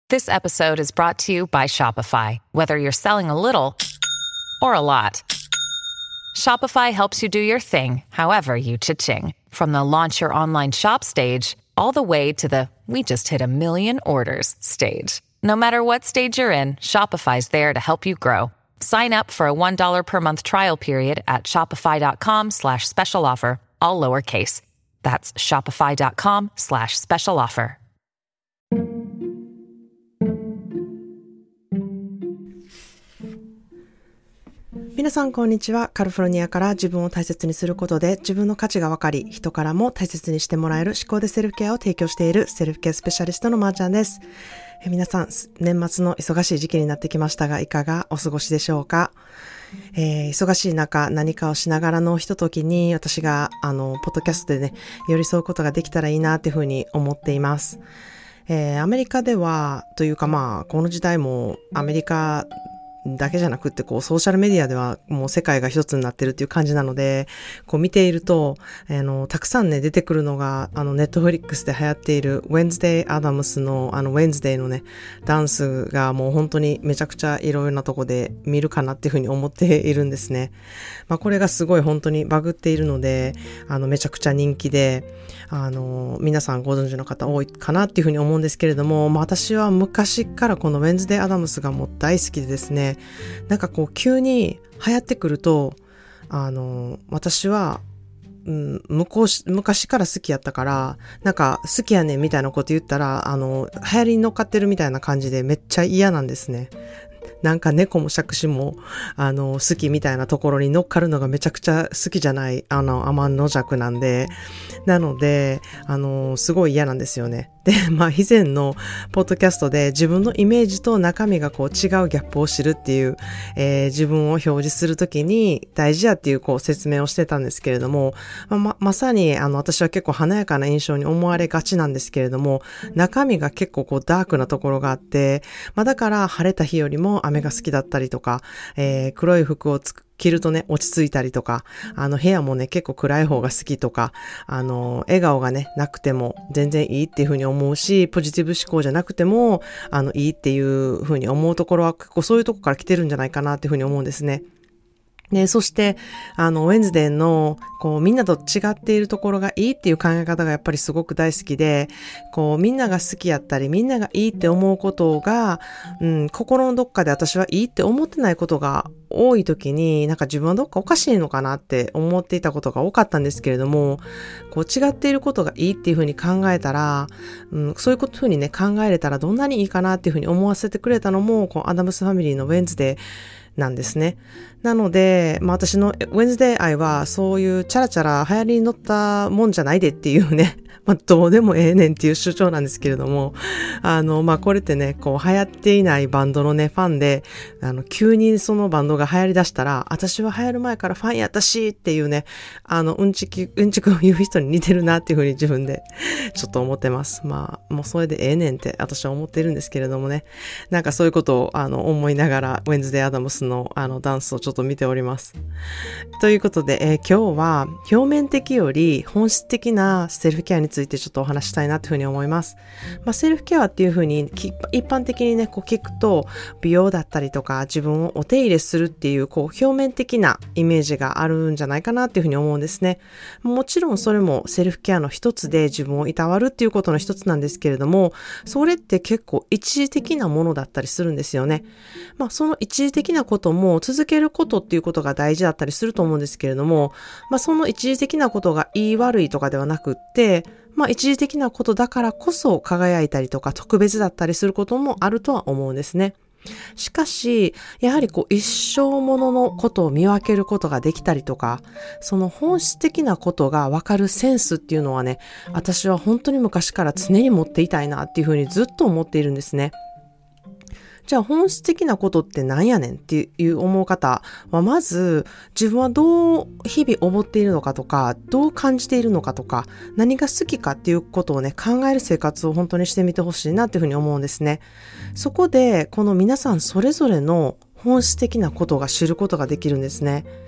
This episode is brought to you by Shopify. Whether you're selling a little or a lot, Shopify helps you do your thing, however you cha-ching. From the launch your online shop stage, all the way to the we just hit 1 million orders stage. No matter what stage you're in, Shopify's there to help you grow. Sign up for a $1 per month trial period at shopify.com/special offer, all lowercase. That's shopify.com/special offer. 皆さんこんにちは。カリフォルニアから自分を大切にすることで自分の価値が分かり、人からも大切にしてもらえる思考でセルフケアを提供しているセルフケアスペシャリストのまーちゃんです。皆さん、年末の忙しい時期になってきましたが、いかがお過ごしでしょうか。忙しい中、何かをしながらのひとときに私がポッドキャストでね、寄り添うことができたらいいなっていうふうに思っています。アメリカではというかこの時代もアメリカだけじゃなくってソーシャルメディアではもう世界が一つになってるっていう感じなので、見ているとたくさんね出てくるのがネットフリックスで流行っている Wednesday Addams のWednesday のねダンスがもう本当にめちゃくちゃいろいろなとこで見るかなっていうふうに思っているんですね。これがすごい本当にバグっているのでめちゃくちゃ人気で皆さんご存知の方多いかなっていうふうに思うんですけれども、私は昔からこの Wednesday Addams がもう大好きでですね、なんか急に流行ってくると私は、昔から好きやったからなんか好きやねんみたいなこと言ったら流行りに乗っかってるみたいな感じでめっちゃ嫌なんですね。なんか猫も杓子も好きみたいなところに乗っかるのがめちゃくちゃ好きじゃない天の弱なんで、なのですごい嫌なんですよね。で以前のポッドキャストで自分のイメージと中身が違うギャップを知るっていう、自分を表示するときに大事やっていう説明をしてたんですけれども、まさに私は結構華やかな印象に思われがちなんですけれども、中身が結構ダークなところがあって、だから晴れた日よりも雨が好きだったりとか、黒い服を着るとね落ち着いたりとか、部屋もね結構暗い方が好きとか、笑顔がねなくても全然いいっていう風に思うし、ポジティブ思考じゃなくてもいいっていう風に思うところは結構そういうとこから来てるんじゃないかなっていう風に思うんですね。で、そして、ウェンズデーの、みんなと違っているところがいいっていう考え方がやっぱりすごく大好きで、みんなが好きやったり、みんながいいって思うことが、心のどっかで私はいいって思ってないことが多い時に、なんか自分はどっかおかしいのかなって思っていたことが多かったんですけれども、違っていることがいいっていうふうに考えたら、そういうふうにね、考えれたらどんなにいいかなっていうふうに思わせてくれたのも、アダムスファミリーのウェンズデー、なんですね。なので、私の Wednesday 愛はそういうチャラチャラ流行りに乗ったもんじゃないでっていうね、どうでもええねんっていう主張なんですけれども、これってね、流行っていないバンドのね、ファンで、急にそのバンドが流行り出したら、私は流行る前からファンやったしっていうね、うんちくを言う人に似てるなっていうふうに自分でちょっと思ってます。もうそれでええねんって私は思ってるんですけれどもね、なんかそういうことを思いながら、Wednesday Addams のダンスをちょっと見ております。ということで、今日は表面的より本質的なセルフケアについてちょっとお話したいなというふうに思います。セルフケアっていうふうに一般的にね聞くと美容だったりとか自分をお手入れするっていう表面的なイメージがあるんじゃないかなっていうふうに思うんですね。もちろんそれもセルフケアの一つで自分をいたわるっていうことの一つなんですけれども、それって結構一時的なものだったりするんですよね。その一時的なことも続けることっていうことが大事だったりすると思うんですけれども、その一時的なことがいい悪いとかではなくって、一時的なことだからこそ輝いたりとか特別だったりすることもあるとは思うんですね。しかし、やはり一生もののことを見分けることができたりとか、その本質的なことがわかるセンスっていうのはね、私は本当に昔から常に持っていたいなっていうふうにずっと思っているんですね。じゃあ本質的なことって何やねんっていう思う方は、まず自分はどう日々思っているのかとか、どう感じているのかとか、何が好きかっていうことをね、考える生活を本当にしてみてほしいなっていうふうに思うんですね。そこでこの皆さんそれぞれの本質的なことが知ることができるんですね。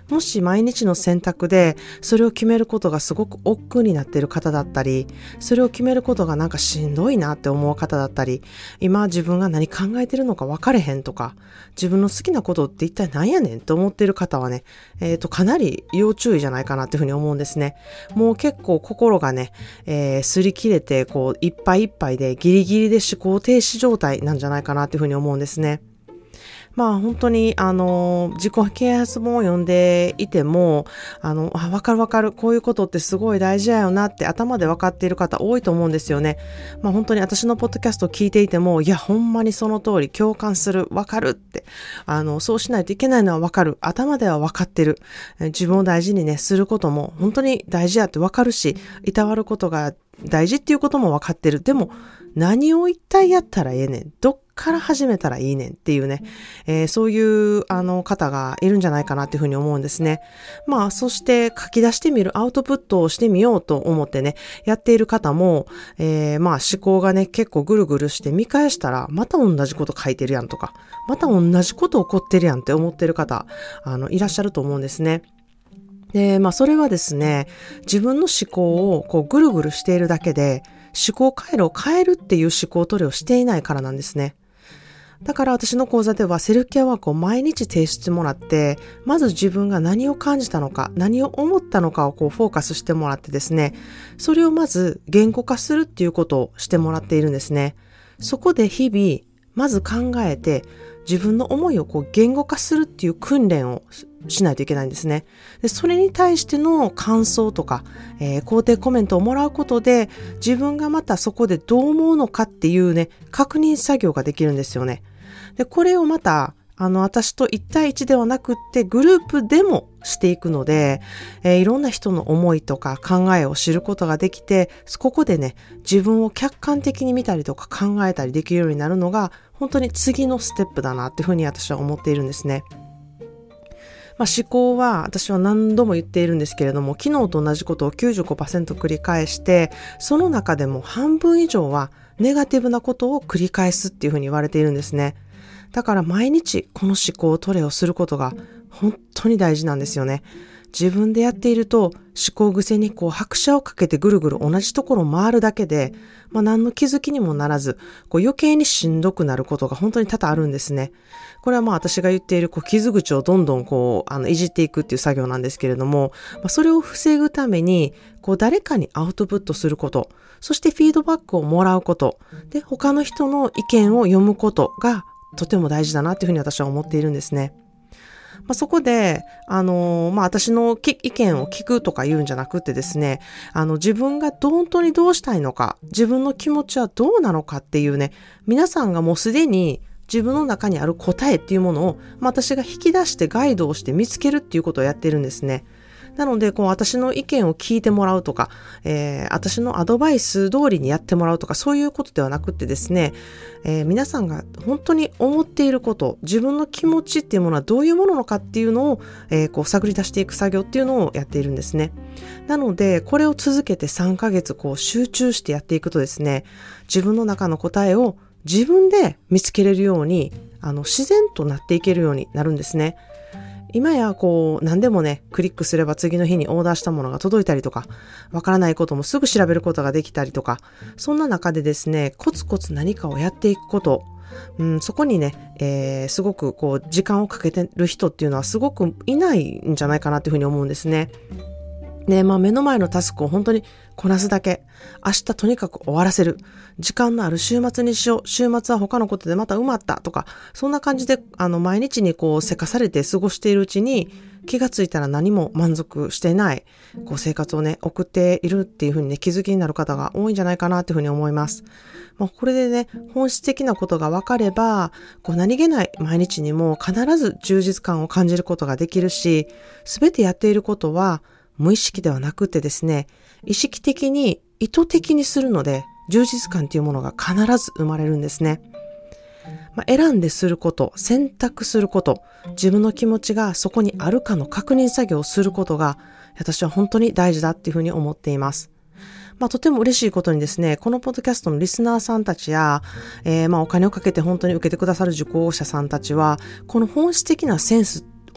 もし毎日の選択でそれを決めることがすごく億劫になっている方だったり、それを決めることがなんかしんどいなって思う方だったり、今自分が何考えてるのか分かれへんとか、自分の好きなことって一体何やねんと思っている方はね、かなり要注意じゃないかなっていうふうに思うんですね。もう結構心がね、擦り切れてこういっぱいいっぱいでギリギリで思考停止状態なんじゃないかなっていうふうに思うんですね。まあ本当に自己啓発本を読んでいても、わかるわかる、こういうことってすごい大事だよなって頭で分かっている方多いと思うんですよね。まあ本当に私のポッドキャストを聞いていても、いやほんまにその通り共感する、わかるって、そうしないといけないのはわかる、頭では分かってる、自分を大事にね、することも本当に大事やってわかるし、いたわることが大事っていうことも分かってる。でも何を一体やったらええねん、どっから始めたらいいねんっていうね、そういう方がいるんじゃないかなっていうふうに思うんですね。まあそして書き出してみる、アウトプットをしてみようと思ってねやっている方も、まあ思考がね結構ぐるぐるして見返したらまた同じこと書いてるやんとか、また同じこと起こってるやんって思ってる方いらっしゃると思うんですね。で、まあそれはですね、自分の思考をこうぐるぐるしているだけで、思考回路を変えるっていう思考トレをしていないからなんですね。だから私の講座ではセルフケアワークを毎日提出してもらって、まず自分が何を感じたのか、何を思ったのかをこうフォーカスしてもらってですね、それをまず言語化するっていうことをしてもらっているんですね。そこで日々、まず考えて、自分の思いをこう言語化するっていう訓練をしないといけないんですね。で、それに対しての感想とか、肯定コメントをもらうことで、自分がまたそこでどう思うのかっていうね、確認作業ができるんですよね。で、これをまた、私と1対1ではなくってグループでもしていくので、いろんな人の思いとか考えを知ることができて、ここでね、自分を客観的に見たりとか考えたりできるようになるのが、本当に次のステップだなっていうふうに私は思っているんですね。まあ、思考は私は何度も言っているんですけれども、昨日と同じことを 95% 繰り返して、その中でも半分以上はネガティブなことを繰り返すっていうふうに言われているんですね。だから毎日この思考トレをすることが本当に大事なんですよね。自分でやっていると思考癖にこう拍車をかけてぐるぐる同じところを回るだけで、何の気づきにもならず、余計にしんどくなることが本当に多々あるんですね。これは私が言っている傷口をどんどんいじっていくっていう作業なんですけれども、それを防ぐために誰かにアウトプットすること、そしてフィードバックをもらうこと、で他の人の意見を読むことがとても大事だなっていうふうに私は思っているんですね。そこで、私の意見を聞くとか言うんじゃなくてですね、自分が本当にどうしたいのか、自分の気持ちはどうなのかっていうね、皆さんがもうすでに自分の中にある答えっていうものを、私が引き出してガイドをして見つけるっていうことをやってるんですね。なので、私の意見を聞いてもらうとか、私のアドバイス通りにやってもらうとか、そういうことではなくてですね、皆さんが本当に思っていること、自分の気持ちっていうものはどういうものなのかっていうのを、探り出していく作業っていうのをやっているんですね。なので、これを続けて3ヶ月集中してやっていくとですね、自分の中の答えを自分で見つけれるように、自然となっていけるようになるんですね。今や何でもね、クリックすれば次の日にオーダーしたものが届いたりとか、わからないこともすぐ調べることができたりとか、そんな中でですね、コツコツ何かをやっていくこと、そこにね、すごく時間をかけてる人っていうのはすごくいないんじゃないかなっていうふうに思うんですね。で、目の前のタスクを本当にこなすだけ。明日とにかく終わらせる。時間のある週末にしよう。週末は他のことでまた埋まったとか、そんな感じで、毎日にせかされて過ごしているうちに、気がついたら何も満足していない、生活をね、送っているっていうふうにね、気づきになる方が多いんじゃないかなっていうふうに思います。これでね、本質的なことが分かれば、何気ない毎日にも必ず充実感を感じることができるし、すべてやっていることは、無意識ではなくてですね、意識的に意図的にするので、充実感というものが必ず生まれるんですね。選んですること、選択すること、自分の気持ちがそこにあるかの確認作業をすることが、私は本当に大事だっていうふうに思っています。とても嬉しいことにですね、このポッドキャストのリスナーさんたちや、お金をかけて本当に受けてくださる受講者さんたちは、この本質的なセンス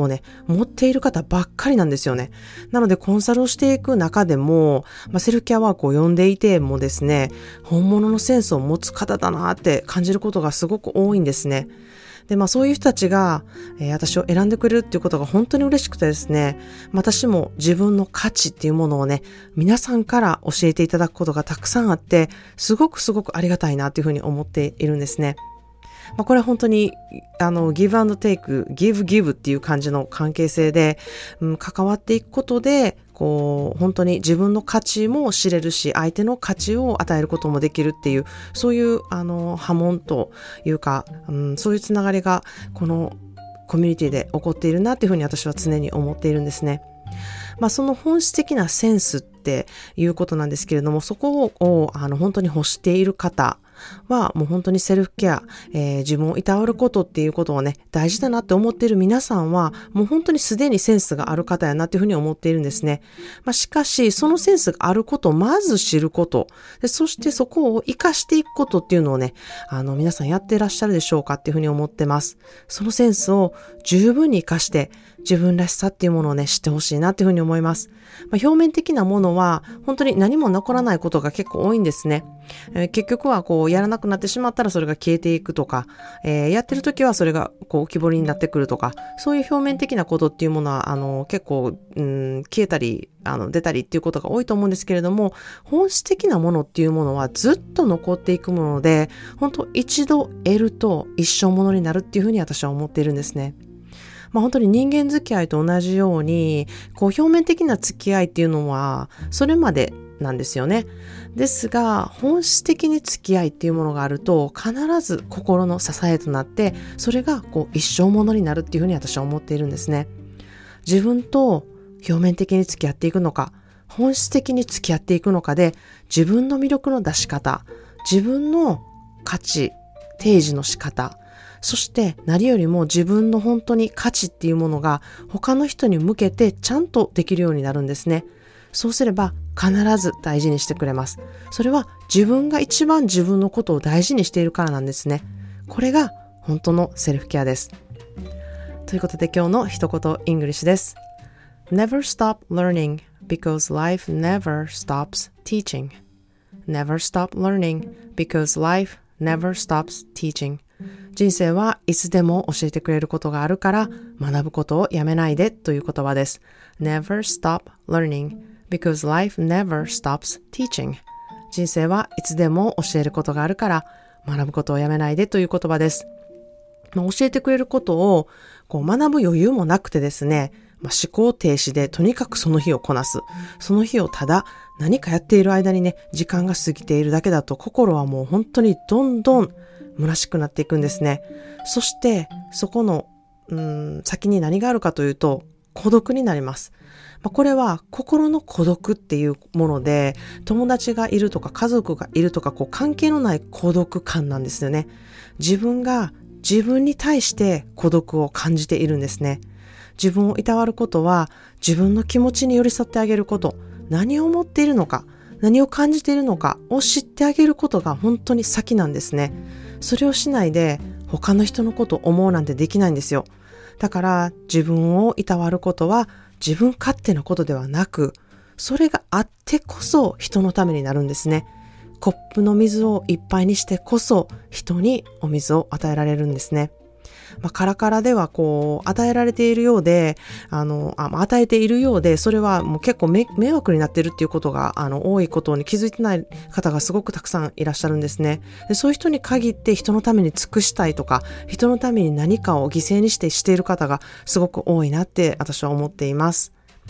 をね、持っている方ばっかりなんですよね。なのでコンサルをしていく中でも、セルフケアワークを読んでいてもですね、本物のセンスを持つ方だなって感じることがすごく多いんですね。で、そういう人たちが、私を選んでくれるっていうことが本当に嬉しくてですね、私も自分の価値っていうものをね、皆さんから教えていただくことがたくさんあって、すごくありがたいなっていうふうに思っているんですね。これは本当に、give and take, give っていう感じの関係性で、関わっていくことで、本当に自分の価値も知れるし、相手の価値を与えることもできるっていう、そういう、波紋というか、そういうつながりが、このコミュニティで起こっているなっていうふうに私は常に思っているんですね。その本質的なセンスっていうことなんですけれども、そこを本当に欲している方はもう本当にセルフケア、自分をいたわることっていうことをね、大事だなって思っている皆さんはもう本当にすでにセンスがある方やなっていうふうに思っているんですね。しかしそのセンスがあることをまず知ることで、そしてそこを活かしていくことっていうのをね、皆さんやっていらっしゃるでしょうかっていうふうに思ってます。そのセンスを十分に活かして自分らしさっていうものをね、知ってほしいなっていうふうに思います。表面的なものは本当に何も残らないことが結構多いんですね。結局はやらなくなってしまったらそれが消えていくとか、やってる時はそれが浮き彫りになってくるとか、そういう表面的なことっていうものは結構、消えたり出たりっていうことが多いと思うんですけれども、本質的なものっていうものはずっと残っていくもので、本当一度得ると一生ものになるっていうふうに私は思っているんですね。本当に人間付き合いと同じように、表面的な付き合いっていうのはそれまでなんですよね。ですが、本質的に付き合いっていうものがあると、必ず心の支えとなって、それが一生ものになるっていうふうに私は思っているんですね。自分と表面的に付き合っていくのか、本質的に付き合っていくのかで、自分の魅力の出し方、自分の価値、提示の仕方、そして何よりも自分の本当に価値っていうものが他の人に向けてちゃんとできるようになるんですね。そうすれば必ず大事にしてくれます。それは自分が一番自分のことを大事にしているからなんですね。これが本当のセルフケアです。ということで今日の一言イングリッシュです。Never stop learning because life never stops teaching. Never stop learning because life never stops teaching. 人生はいつでも教えてくれることがあるから学ぶことをやめないでという言葉です。Never stop learning because life never stops teaching. 人生はいつでも教えることがあるから学ぶことをやめないでという言葉です。教えてくれることを学ぶ余裕もなくてですね、思考停止でとにかくその日をこなす。その日をただ何かやっている間にね、時間が過ぎているだけだと心はもう本当にどんどん虚しくなっていくんですね。そしてそこの先に何があるかというと孤独になります。これは心の孤独っていうもので、友達がいるとか家族がいるとか関係のない孤独感なんですよね。自分が自分に対して孤独を感じているんですね。自分をいたわることは自分の気持ちに寄り添ってあげること、何を思っているのか、何を感じているのかを知ってあげることが本当に先なんですね。それをしないで他の人のことを思うなんてできないんですよ。だから自分をいたわることは自分勝手なことではなく、それがあってこそ人のためになるんですね。コップの水をいっぱいにしてこそ人にお水を与えられるんですね。カラカラでは与えられているようで、与えているようで、それはもう結構迷惑になっているっていうことが多いことに気づいてない方がすごくたくさんいらっしゃるんですね。で、そういう人に限って人のために尽くしたいとか、人のために何かを犠牲にしている方がすごく多いなって私は思っています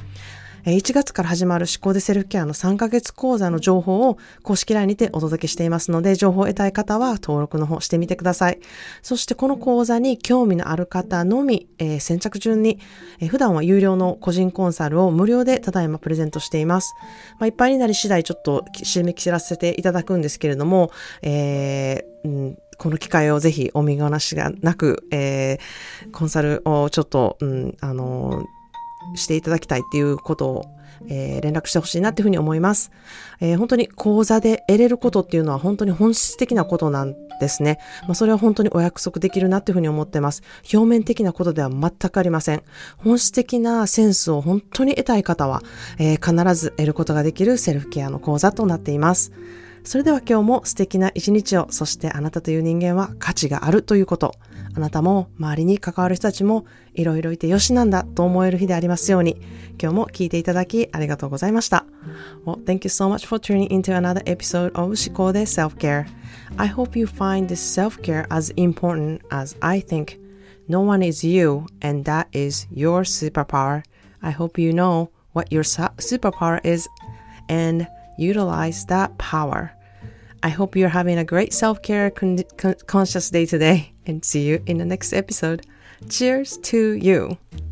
。1月から始まる思考でセルフケアの3ヶ月講座の情報を公式 LINE にてお届けしていますので、情報を得たい方は登録の方してみてください。そしてこの講座に興味のある方のみ、先着順に、普段は有料の個人コンサルを無料でただいまプレゼントしています。いっぱいになり次第ちょっと締め切らせていただくんですけれども、この機会をぜひお見逃しがなく、コンサルをちょっと、していただきたいっていうことを、連絡してほしいなっていうふうに思います。本当に講座で得れることっていうのは本当に本質的なことなんですね。それは本当にお約束できるなっていうふうに思ってます。表面的なことでは全くありません。本質的なセンスを本当に得たい方は、必ず得ることができるセルフケアの講座となっています。それでは今日も素敵な一日を、そしてあなたという人間は価値があるということ、あなたも周りに関わる人たちもいろいろいてよしなんだと思える日でありますように、今日も聞いていただきありがとうございました。Well, thank you so much for tuning into another episode of 思考で Self-Care. I hope you find this self-care as important as I think. No one is you, and that is your superpower. I hope you know what your superpower is and utilize that power. I hope you're having a great self-care conscious day today, and see you in the next episode. Cheers to you!